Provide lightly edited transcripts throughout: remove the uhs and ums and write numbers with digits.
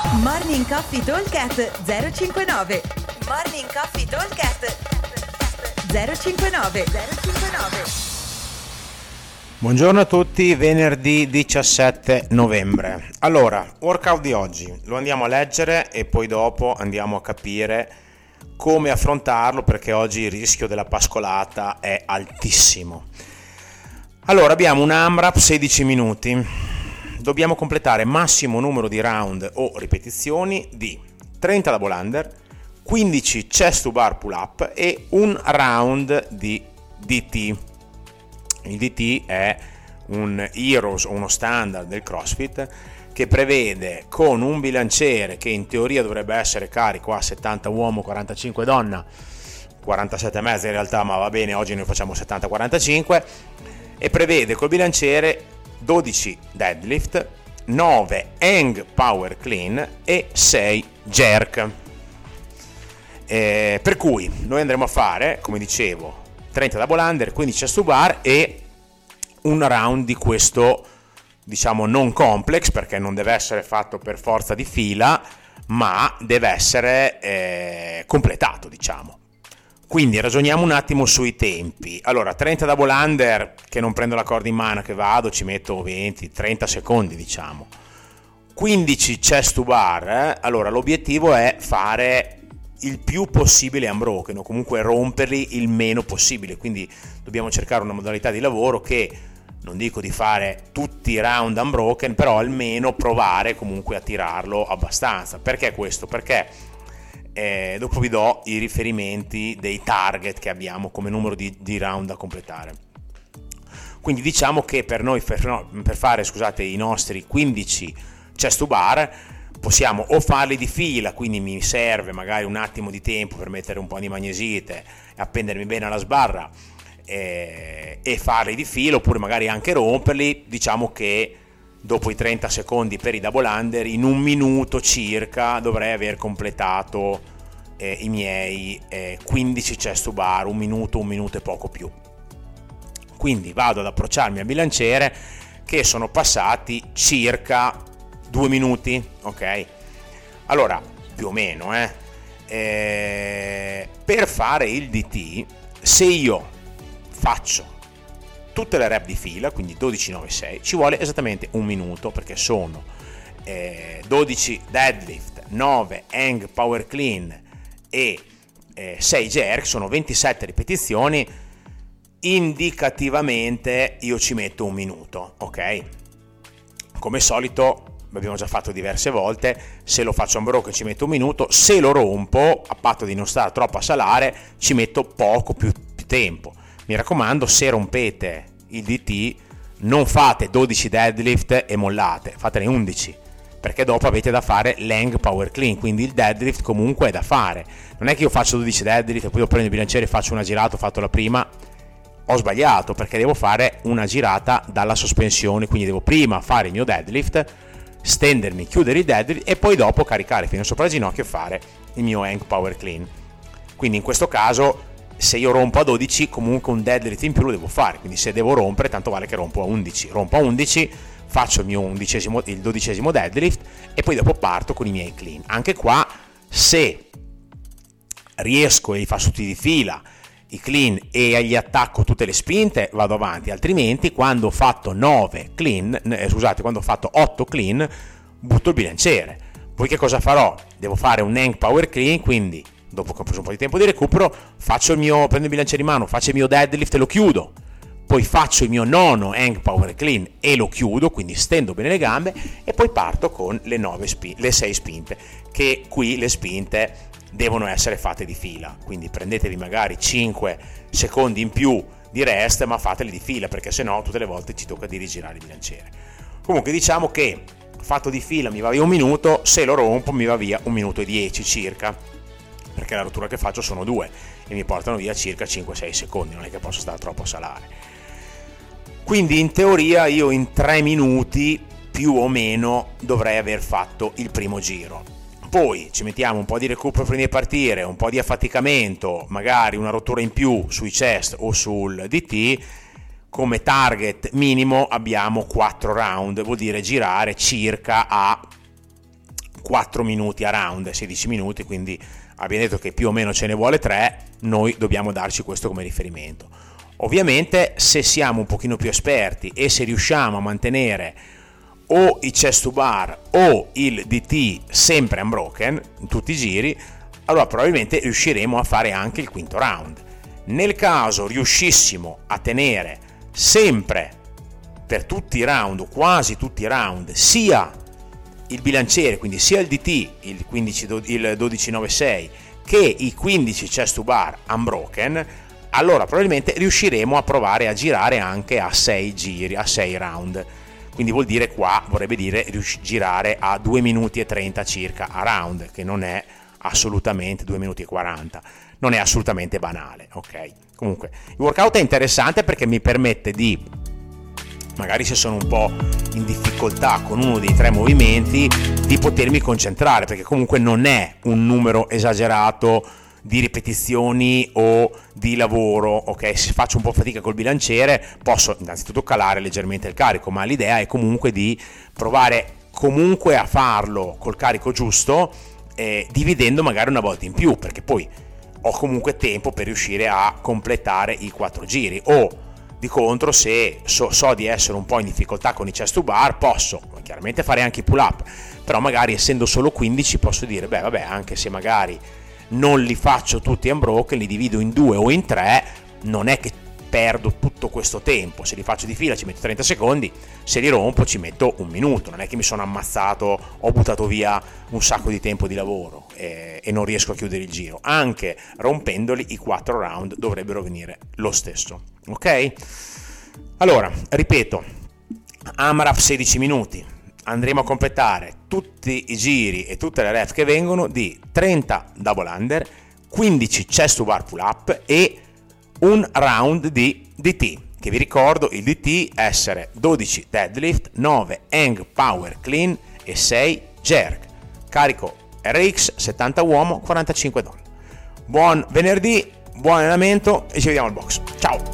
Morning Coffee Talkcast 059. Morning Coffee Talkcast 059. Buongiorno a tutti, venerdì 17 novembre. Allora, workout di oggi, lo andiamo a leggere e poi dopo andiamo a capire come affrontarlo, perché oggi il rischio della pascolata è altissimo. Allora, abbiamo un AMRAP 16 minuti. Dobbiamo completare massimo numero di round o ripetizioni di 30 double under, 15 chest to bar pull up e un round di DT. Il DT è un Heroes o uno standard del CrossFit che prevede, con un bilanciere che in teoria dovrebbe essere carico a 70 uomo, 45 donna, 47,5 in realtà, ma va bene, oggi noi facciamo 70-45, e prevede col bilanciere 12 deadlift, 9 hang power clean e 6 jerk. Per cui noi andremo a fare, come dicevo, 30 double under, 15 chest to bar e un round di questo, diciamo, non complex, perché non deve essere fatto per forza di fila, ma deve essere completato, diciamo. Quindi ragioniamo un attimo sui tempi. Allora, 30 double under, che non prendo la corda in mano, che vado, ci metto 20-30 secondi, diciamo. 15 chest to bar, allora l'obiettivo è fare il più possibile unbroken, o comunque romperli il meno possibile, quindi dobbiamo cercare una modalità di lavoro che, non dico di fare tutti i round unbroken, però almeno provare comunque a tirarlo abbastanza. Perché questo? Perché dopo vi do i riferimenti dei target che abbiamo come numero di round da completare. Quindi diciamo che per noi, per fare, scusate, i nostri 15 chest to bar, possiamo o farli di fila, quindi mi serve magari un attimo di tempo per mettere un po' di magnesite e appendermi bene alla sbarra e farli di fila, oppure magari anche romperli. Diciamo che dopo i 30 secondi per i double under, in un minuto circa dovrei aver completato i miei 15 chest to bar, un minuto e poco più. Quindi vado ad approcciarmi al bilanciere, che sono passati circa 2 minuti, ok? Allora, più o meno, per fare il DT, se io faccio tutte le rep di fila, quindi 12, 9, 6, ci vuole esattamente un minuto, perché sono 12 deadlift, 9 hang power clean e 6 jerk, sono 27 ripetizioni. Indicativamente io ci metto un minuto, ok? Come solito, abbiamo già fatto diverse volte, se lo faccio unbroken ci metto un minuto, se lo rompo, a patto di non stare troppo a salare, ci metto poco più tempo. Mi raccomando, se rompete il DT non fate 12 deadlift e mollate, fatene 11, perché dopo avete da fare l'hang power clean, quindi il deadlift comunque è da fare. Non è che io faccio 12 deadlift e poi prendo il bilanciere e faccio una girata, ho fatto la prima, ho sbagliato, perché devo fare una girata dalla sospensione, quindi devo prima fare il mio deadlift, stendermi, chiudere il deadlift e poi dopo caricare fino sopra il ginocchio e fare il mio hang power clean. Quindi in questo caso, se io rompo a 12, comunque un deadlift in più lo devo fare, quindi se devo rompere tanto vale che rompo a 11, faccio il mio il 12° deadlift e poi dopo parto con i miei clean. Anche qua, se riesco e li faccio tutti di fila i clean e gli attacco tutte le spinte, vado avanti, altrimenti quando ho fatto 8 clean butto il bilanciere. Poi che cosa farò? Devo fare un hang power clean, quindi dopo che ho preso un po' di tempo di recupero prendo il bilanciere in mano, faccio il mio deadlift e lo chiudo, poi faccio il mio nono hang power clean e lo chiudo, quindi stendo bene le gambe e poi parto con le 6 spinte, che qui le spinte devono essere fatte di fila, quindi prendetevi magari 5 secondi in più di rest, ma fateli di fila, perché sennò tutte le volte ci tocca di rigirare il bilanciere. Comunque diciamo che fatto di fila mi va via un minuto, se lo rompo mi va via 1 minuto e 10 circa, perché la rottura che faccio sono 2 e mi portano via circa 5-6 secondi, non è che posso stare troppo a salare. Quindi in teoria io in 3 minuti più o meno dovrei aver fatto il primo giro. Poi ci mettiamo un po' di recupero prima di partire, un po' di affaticamento, magari una rottura in più sui chest o sul DT. Come target minimo abbiamo 4 round, vuol dire girare circa a 4 minuti a round, 16 minuti, quindi abbiamo detto che più o meno ce ne vuole 3, noi dobbiamo darci questo come riferimento. Ovviamente se siamo un pochino più esperti e se riusciamo a mantenere o i chest to bar o il DT sempre unbroken in tutti i giri, allora probabilmente riusciremo a fare anche il quinto round. Nel caso riuscissimo a tenere sempre per tutti i round o quasi tutti i round sia il bilanciere, quindi sia il DT, il 1296, che i 15 chest to bar unbroken, allora probabilmente riusciremo a provare a girare anche a 6 giri, a 6 round. Quindi vuol dire, qua vorrebbe dire girare a 2 minuti e 30 circa a round, che non è assolutamente 2 minuti e 40, non è assolutamente banale, ok? Comunque il workout è interessante perché mi permette di, magari se sono un po' in difficoltà con uno dei 3 movimenti, di potermi concentrare, perché comunque non è un numero esagerato di ripetizioni o di lavoro, ok? Se faccio un po' fatica col bilanciere posso innanzitutto calare leggermente il carico, ma l'idea è comunque di provare comunque a farlo col carico giusto, dividendo magari una volta in più, perché poi ho comunque tempo per riuscire a completare i 4 giri. O di contro, se so di essere un po' in difficoltà con i chest to bar, posso chiaramente fare anche i pull up, però magari essendo solo 15 posso dire beh vabbè, anche se magari non li faccio tutti unbroken, li divido in 2 o in 3, non è che perdo tutto questo tempo. Se li faccio di fila ci metto 30 secondi, se li rompo ci metto un minuto, non è che mi sono ammazzato, ho buttato via un sacco di tempo di lavoro e non riesco a chiudere il giro. Anche rompendoli, i 4 round dovrebbero venire lo stesso, ok? Allora, ripeto, AMRAP 16 minuti, andremo a completare tutti i giri e tutte le rep che vengono di 30 double under, 15 chest to bar pull up e un round di DT, che vi ricordo il DT essere 12 deadlift, 9 hang power clean e 6 jerk, carico RX 70 uomo, 45 donne. Buon venerdì, buon allenamento e ci vediamo al box. Ciao!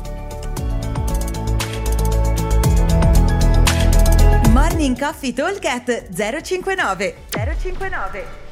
Morning Coffee Talk at 059.